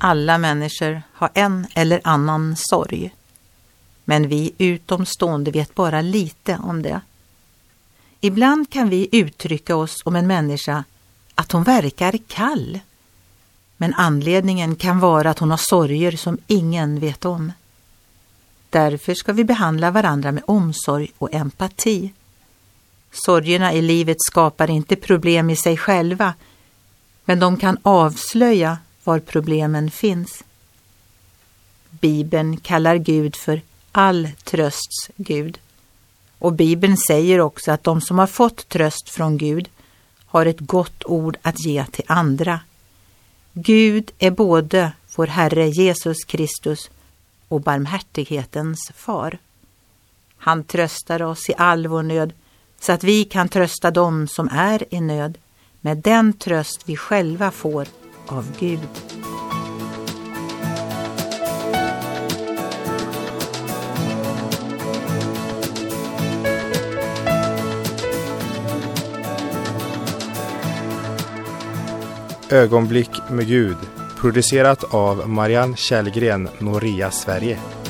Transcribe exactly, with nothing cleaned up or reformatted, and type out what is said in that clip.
alla människor ha en eller annan sorg. Men vi utomstående vet bara lite om det. Ibland kan vi uttrycka oss om en människa att hon verkar kall. Men anledningen kan vara att hon har sorger som ingen vet om. Därför ska vi behandla varandra med omsorg och empati. Sorgerna i livet skapar inte problem i sig själva, men de kan avslöja var problemen finns. Bibeln kallar Gud för all trösts Gud. Och Bibeln säger också att de som har fått tröst från Gud har ett gott ord att ge till andra. Gud är både vår Herre Jesus Kristus och barmhärtighetens far. Han tröstar oss i all vår nöd så att vi kan trösta dem som är i nöd med den tröst vi själva får av Gud. Ögonblick med Gud, producerat av Marianne Källgren, Noria, Sverige.